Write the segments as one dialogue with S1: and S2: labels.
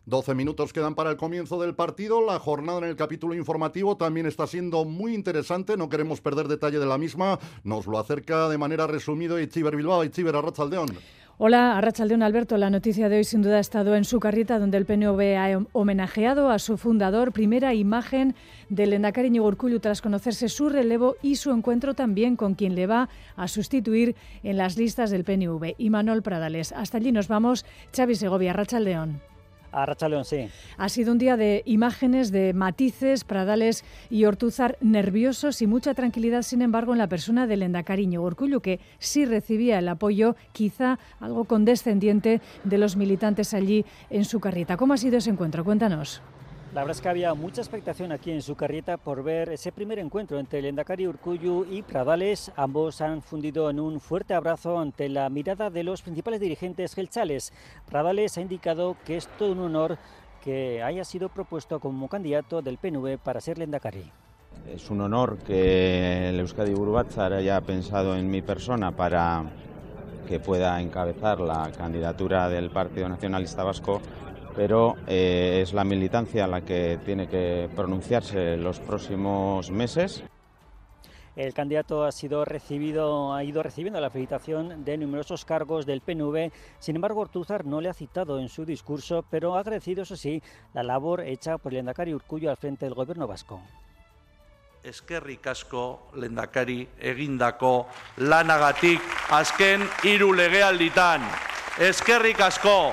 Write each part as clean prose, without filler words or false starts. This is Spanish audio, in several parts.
S1: 12 minutos quedan para el comienzo del partido. La jornada en el capítulo informativo también está siendo muy interesante. No queremos perder detalle de la misma. Nos lo acerca de manera resumida Itziber Bilbao. Itziber, arratsaldeon.
S2: Hola, arratsaldeon Alberto. La noticia de hoy sin duda ha estado en Sukarrieta, donde el PNV ha homenajeado a su fundador. Primera imagen del lehendakari Iñigo Urkullu tras conocerse su relevo y su encuentro también con quien le va a sustituir en las listas del PNV, Imanol Pradales. Hasta allí nos vamos. Xavi Segovia, arratsaldeon.
S3: Arratsaldeon, sí.
S2: Ha sido un día de imágenes, de matices, Pradales y Ortúzar nerviosos y mucha tranquilidad, sin embargo, en la persona del lehendakari Iñigo Urkullu, que sí recibía el apoyo, quizá algo condescendiente, de los militantes allí en Sukarrieta. ¿Cómo ha sido ese encuentro? Cuéntanos.
S3: La verdad es que había mucha expectación aquí en Sukarrieta por ver ese primer encuentro entre el lehendakari Urkullu y Pradales. Ambos han fundido en un fuerte abrazo ante la mirada de los principales dirigentes jeltzales. Pradales ha indicado que es todo un honor que haya sido propuesto como candidato del PNV para ser lehendakari.
S4: Es un honor que el Euskadi Buru Batzar haya pensado en mi persona para que pueda encabezar la candidatura del Partido Nacionalista Vasco, pero es la militancia la que tiene que pronunciarse en los próximos meses.
S3: El candidato ha ido recibiendo la felicitación de numerosos cargos del PNV. Sin embargo, Ortúzar no le ha citado en su discurso, pero ha agradecido, eso sí, la labor hecha por el lehendakari Urkullu al frente del gobierno vasco.
S5: Eskerrik asko lehendakari egindako lanagatik azken 3 legealditan. Eskerrik asko.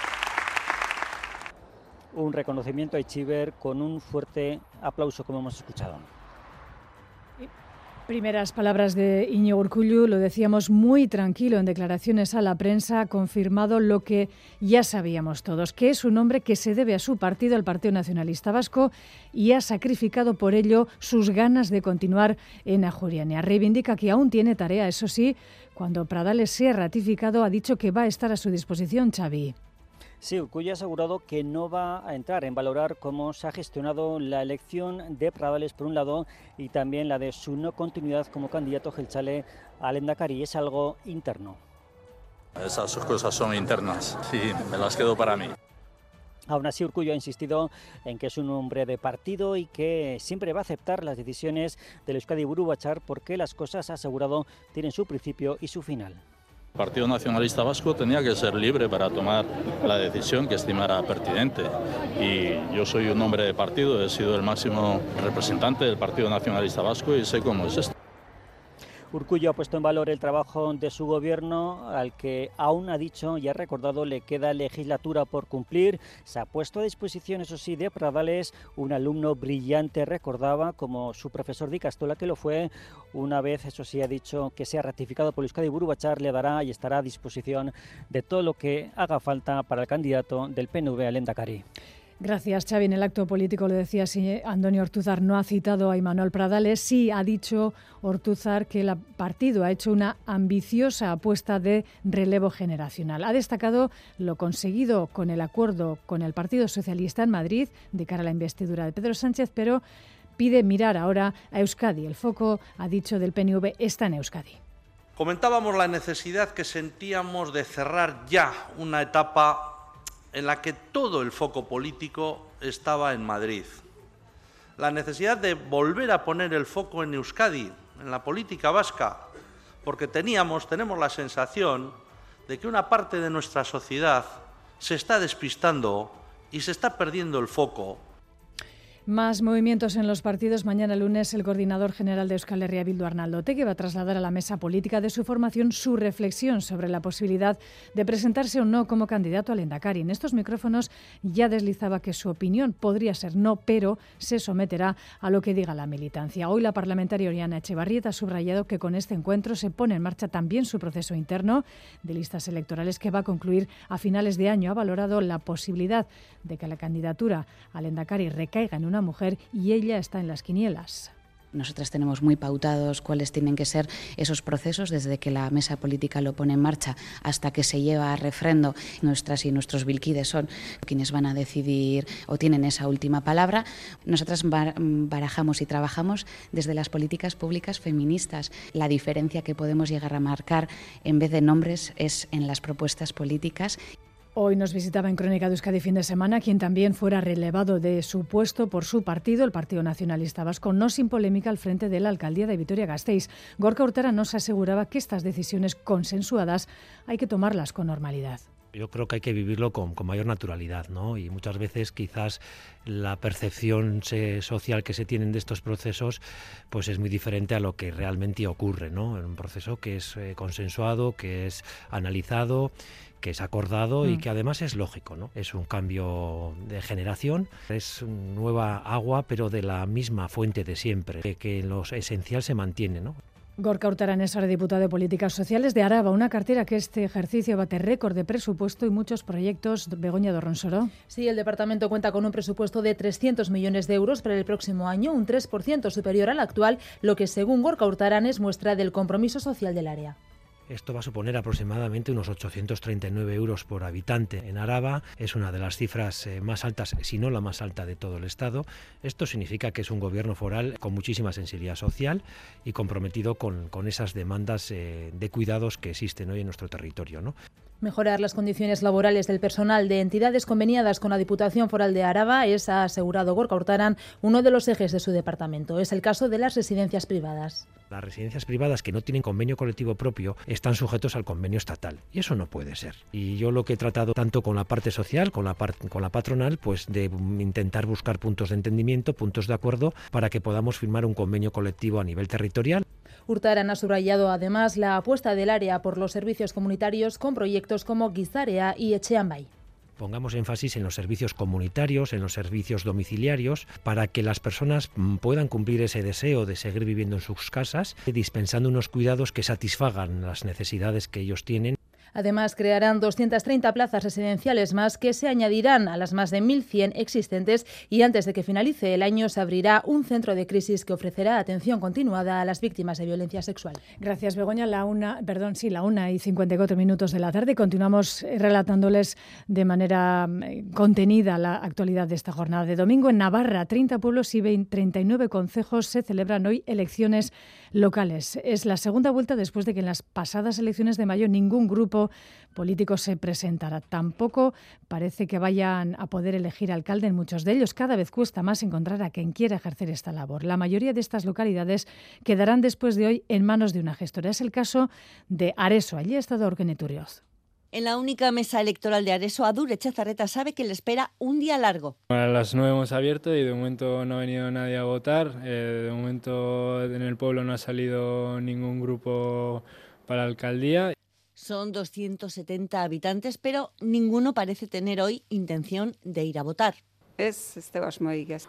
S3: Un reconocimiento a Itziber con un fuerte aplauso, como hemos escuchado.
S2: Primeras palabras de Iñigo Urkullu, lo decíamos, muy tranquilo en declaraciones a la prensa, ha confirmado lo que ya sabíamos todos, que es un hombre que se debe a su partido, el Partido Nacionalista Vasco, y ha sacrificado por ello sus ganas de continuar en Ajuria. Reivindica que aún tiene tarea, eso sí, cuando Pradales sea ratificado, ha dicho que va a estar a su disposición, Xavi.
S3: Sí, Urkullu ha asegurado que no va a entrar en valorar cómo se ha gestionado la elección de Pradales por un lado y también la de su no continuidad como candidato jeltzale al lehendakari. Es algo interno.
S5: Esas cosas son internas y me las quedo para mí.
S3: Aún así, Urkullu ha insistido en que es un hombre de partido y que siempre va a aceptar las decisiones del Euskadi Buru Batzar porque las cosas, ha asegurado, tienen su principio y su final.
S6: El Partido Nacionalista Vasco tenía que ser libre para tomar la decisión que estimara pertinente. Y yo soy un hombre de partido, he sido el máximo representante del Partido Nacionalista Vasco y sé cómo es esto.
S3: Urkullu ha puesto en valor el trabajo de su gobierno, al que aún ha dicho y ha recordado le queda legislatura por cumplir. Se ha puesto a disposición, eso sí, de Pradales, un alumno brillante, recordaba, como su profesor de Ikastola, que lo fue. Una vez, eso sí, ha dicho que sea ratificado por Euskadi Buru Batzar, le dará y estará a disposición de todo lo que haga falta para el candidato del PNV al lehendakari.
S2: Gracias, Xavi. En el acto político, lo decía, sí, Andoni Ortúzar no ha citado a Imanol Pradales. Sí ha dicho Ortúzar que el partido ha hecho una ambiciosa apuesta de relevo generacional. Ha destacado lo conseguido con el acuerdo con el Partido Socialista en Madrid de cara a la investidura de Pedro Sánchez, pero pide mirar ahora a Euskadi. El foco, ha dicho, del PNV está en Euskadi.
S5: Comentábamos la necesidad que sentíamos de cerrar ya una etapa en la que todo el foco político estaba en Madrid. La necesidad de volver a poner el foco en Euskadi, en la política vasca, porque tenemos la sensación de que una parte de nuestra sociedad se está despistando y se está perdiendo el foco.
S2: Más movimientos en los partidos. Mañana lunes el coordinador general de Euskal Herria Bildu, Arnaldo Otegi, va a trasladar a la mesa política de su formación su reflexión sobre la posibilidad de presentarse o no como candidato al lehendakari. En estos micrófonos ya deslizaba que su opinión podría ser no, pero se someterá a lo que diga la militancia. Hoy la parlamentaria Oriana Etxebarrieta ha subrayado que con este encuentro se pone en marcha también su proceso interno de listas electorales que va a concluir a finales de año. Ha valorado la posibilidad de que la candidatura al lehendakari recaiga en una mujer y ella está en las quinielas.
S7: Nosotras tenemos muy pautados cuáles tienen que ser esos procesos desde que la mesa política lo pone en marcha hasta que se lleva a refrendo. Nuestras y nuestros bilkides son quienes van a decidir o tienen esa última palabra. Nosotras barajamos y trabajamos desde las políticas públicas feministas. La diferencia que podemos llegar a marcar en vez de nombres es en las propuestas políticas.
S2: Hoy nos visitaba en Crónica de Euskadi fin de semana quien también fuera relevado de su puesto por su partido, el Partido Nacionalista Vasco, no sin polémica al frente de la alcaldía de Vitoria-Gasteiz. Gorka Urtara nos aseguraba que estas decisiones consensuadas hay que tomarlas con normalidad.
S8: Yo creo que hay que vivirlo con mayor naturalidad, ¿no? Y muchas veces quizás la percepción social que se tienen de estos procesos pues es muy diferente a lo que realmente ocurre, ¿no? En un proceso que es consensuado, que es analizado, que es acordado y que además es lógico, ¿no? Es un cambio de generación, es nueva agua, pero de la misma fuente de siempre, que lo esencial se mantiene, ¿no?
S2: Gorka Urtaran es ahora diputado de Políticas Sociales de Araba, una cartera que este ejercicio bate récord de presupuesto y muchos proyectos. Begoña Dorronsoro.
S9: Sí, el departamento cuenta con un presupuesto de 300 millones de euros para el próximo año, un 3% superior al actual, lo que según Gorka Urtaran es muestra del compromiso social del área.
S8: Esto va a suponer aproximadamente unos 839 euros por habitante en Araba. Es una de las cifras más altas, si no la más alta de todo el Estado. Esto significa que es un gobierno foral con muchísima sensibilidad social y comprometido con esas demandas de cuidados que existen hoy en nuestro territorio, ¿no?
S9: Mejorar las condiciones laborales del personal de entidades conveniadas con la Diputación Foral de Araba es, ha asegurado Gorka Urtaran, uno de los ejes de su departamento. Es el caso de las residencias privadas.
S8: Las residencias privadas que no tienen convenio colectivo propio están sujetos al convenio estatal y eso no puede ser. Y yo lo que he tratado tanto con la parte social, con la patronal, pues de intentar buscar puntos de entendimiento, puntos de acuerdo para que podamos firmar un convenio colectivo a nivel territorial.
S9: Urtaran ha subrayado además la apuesta del área por los servicios comunitarios con proyectos como Gizarea y Etxean Bai.
S8: Pongamos énfasis en los servicios comunitarios, en los servicios domiciliarios, para que las personas puedan cumplir ese deseo de seguir viviendo en sus casas, dispensando unos cuidados que satisfagan las necesidades que ellos tienen.
S9: Además, crearán 230 plazas residenciales más que se añadirán a las más de 1.100 existentes y antes de que finalice el año se abrirá un centro de crisis que ofrecerá atención continuada a las víctimas de violencia sexual.
S2: Gracias, Begoña. La 1:54 de la tarde. Continuamos relatándoles de manera contenida la actualidad de esta jornada de domingo. En Navarra, 30 pueblos y 39 concejos se celebran hoy elecciones locales. Es la segunda vuelta después de que en las pasadas elecciones de mayo ningún grupo político se presentará. Tampoco parece que vayan a poder elegir alcalde en muchos de ellos. Cada vez cuesta más encontrar a quien quiera ejercer esta labor. La mayoría de estas localidades quedarán después de hoy en manos de una gestora. Es el caso de Areso. Allí ha estado Orkene Turrioz.
S10: En la única mesa electoral de Areso, Adur Echezarreta sabe que le espera un día largo.
S11: A las 9 hemos abierto y de momento no ha venido nadie a votar. De momento en el pueblo no ha salido ningún grupo para la alcaldía.
S10: Son 270 habitantes, pero ninguno parece tener hoy intención de ir a votar.
S12: Ez da asmorik ez.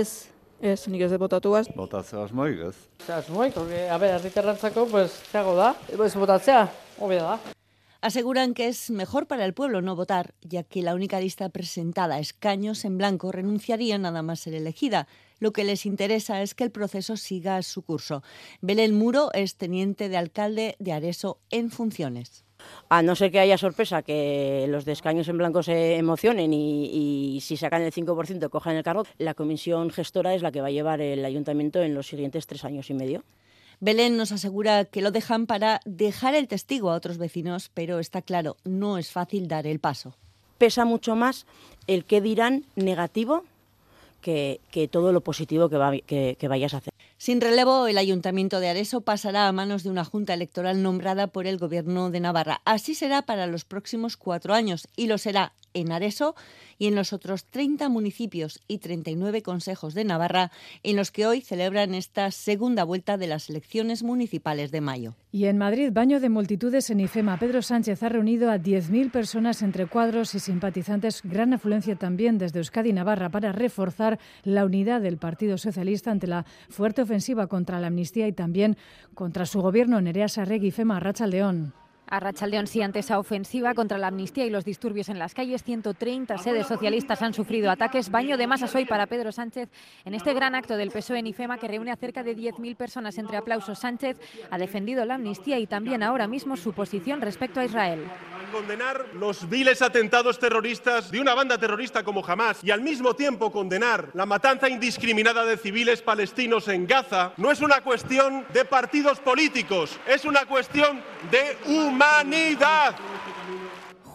S13: Ez, nik ez dut botatuaz.
S14: Botatzea asmoik ez.
S13: Asmoik, porque, a ver, herritarrantzako, pues, zeago da. Pues, botatzea, hobea da.
S10: Aseguran que es mejor para el pueblo no votar, ya que la única lista presentada a escaños en blanco renunciaría nada más ser elegida. Lo que les interesa es que el proceso siga su curso. Belén Muro es teniente de alcalde de Areso en funciones.
S15: A no ser que haya sorpresa, que los de escaños en blanco se emocionen y si sacan el 5% cojan el cargo, la comisión gestora es la que va a llevar el ayuntamiento en los siguientes 3 años y medio.
S10: Belén nos asegura que lo dejan para dejar el testigo a otros vecinos, pero está claro, no es fácil dar el paso.
S15: Pesa mucho más el qué dirán negativo que todo lo positivo que vayas a hacer.
S10: Sin relevo, el Ayuntamiento de Areso pasará a manos de una junta electoral nombrada por el Gobierno de Navarra. Así será para los próximos 4 años y lo será en Areso y en los otros 30 municipios y 39 consejos de Navarra en los que hoy celebran esta segunda vuelta de las elecciones municipales de mayo.
S2: Y en Madrid, baño de multitudes en IFEMA. Pedro Sánchez ha reunido a 10.000 personas entre cuadros y simpatizantes, gran afluencia también desde Euskadi y Navarra, para reforzar la unidad del Partido Socialista ante la fuerte ofensiva contra la amnistía y también contra su gobierno. Nerea Sarregui, IFEMA, Arratsaldeón.
S16: Arratsaldeón, sí, ante esa ofensiva contra la amnistía y los disturbios en las calles, 130 sedes socialistas han sufrido ataques. Baño de masas hoy para Pedro Sánchez en este gran acto del PSOE en IFEMA que reúne a cerca de 10.000 personas entre aplausos. Sánchez ha defendido la amnistía y también ahora mismo su posición respecto a Israel.
S17: Condenar los viles atentados terroristas de una banda terrorista como Hamás y al mismo tiempo condenar la matanza indiscriminada de civiles palestinos en Gaza no es una cuestión de partidos políticos, es una cuestión de humanidad.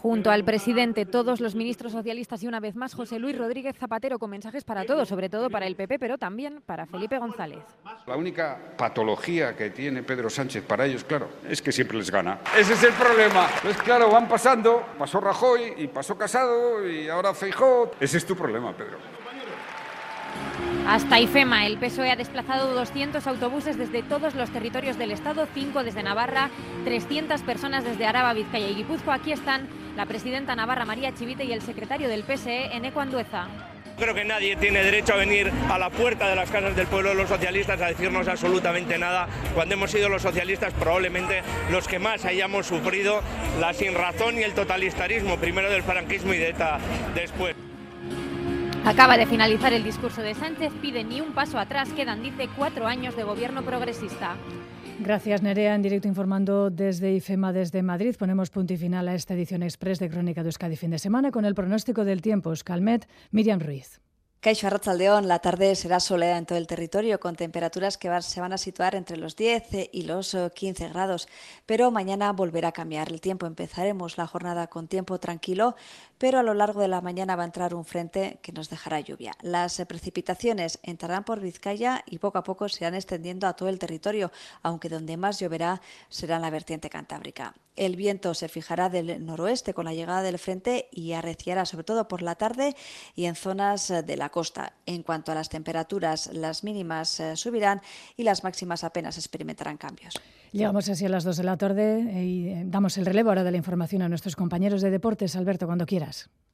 S16: junto al presidente, todos los ministros socialistas y una vez más José Luis Rodríguez Zapatero con mensajes para todos, sobre todo para el PP, pero también para Felipe González.
S14: La única patología que tiene Pedro Sánchez para ellos, claro, es que siempre les gana. Ese es el problema. Pues claro, van pasando, pasó Rajoy y pasó Casado y ahora Feijóo. Ese es tu problema, Pedro.
S16: Hasta IFEMA, el PSOE ha desplazado 200 autobuses desde todos los territorios del Estado, 5 desde Navarra, 300 personas desde Araba, Vizcaya y Guipúzcoa. Aquí están la presidenta navarra María Chivite y el secretario del PSE, Eneko Andueza.
S18: Creo que nadie tiene derecho a venir a la puerta de las casas del pueblo de los socialistas a decirnos absolutamente nada, cuando hemos sido los socialistas probablemente los que más hayamos sufrido la sinrazón y el totalitarismo, primero del franquismo y de ETA después.
S16: Acaba de finalizar el discurso de Sánchez, pide ni un paso atrás, quedan, dice, 4 años de gobierno progresista.
S2: Gracias, Nerea. En directo informando desde IFEMA, desde Madrid. Ponemos punto y final a esta edición express de Crónica de Euskadi fin de semana con el pronóstico del tiempo. Euskalmet, Miriam Ruiz.
S19: Kaixo Arratsaldeón, la tarde será soleada en todo el territorio con temperaturas que se van a situar entre los 10 y los 15 grados, pero mañana volverá a cambiar el tiempo. Empezaremos la jornada con tiempo tranquilo, pero a lo largo de la mañana va a entrar un frente que nos dejará lluvia. Las precipitaciones entrarán por Vizcaya y poco a poco se irán extendiendo a todo el territorio, aunque donde más lloverá será en la vertiente cantábrica. El viento se fijará del noroeste con la llegada del frente y arreciará sobre todo por la tarde y en zonas de la costa. En cuanto a las temperaturas, las mínimas subirán y las máximas apenas experimentarán cambios.
S2: Llegamos así a las 2 de la tarde y damos el relevo ahora de la información a nuestros compañeros de deportes. Alberto, cuando quieras.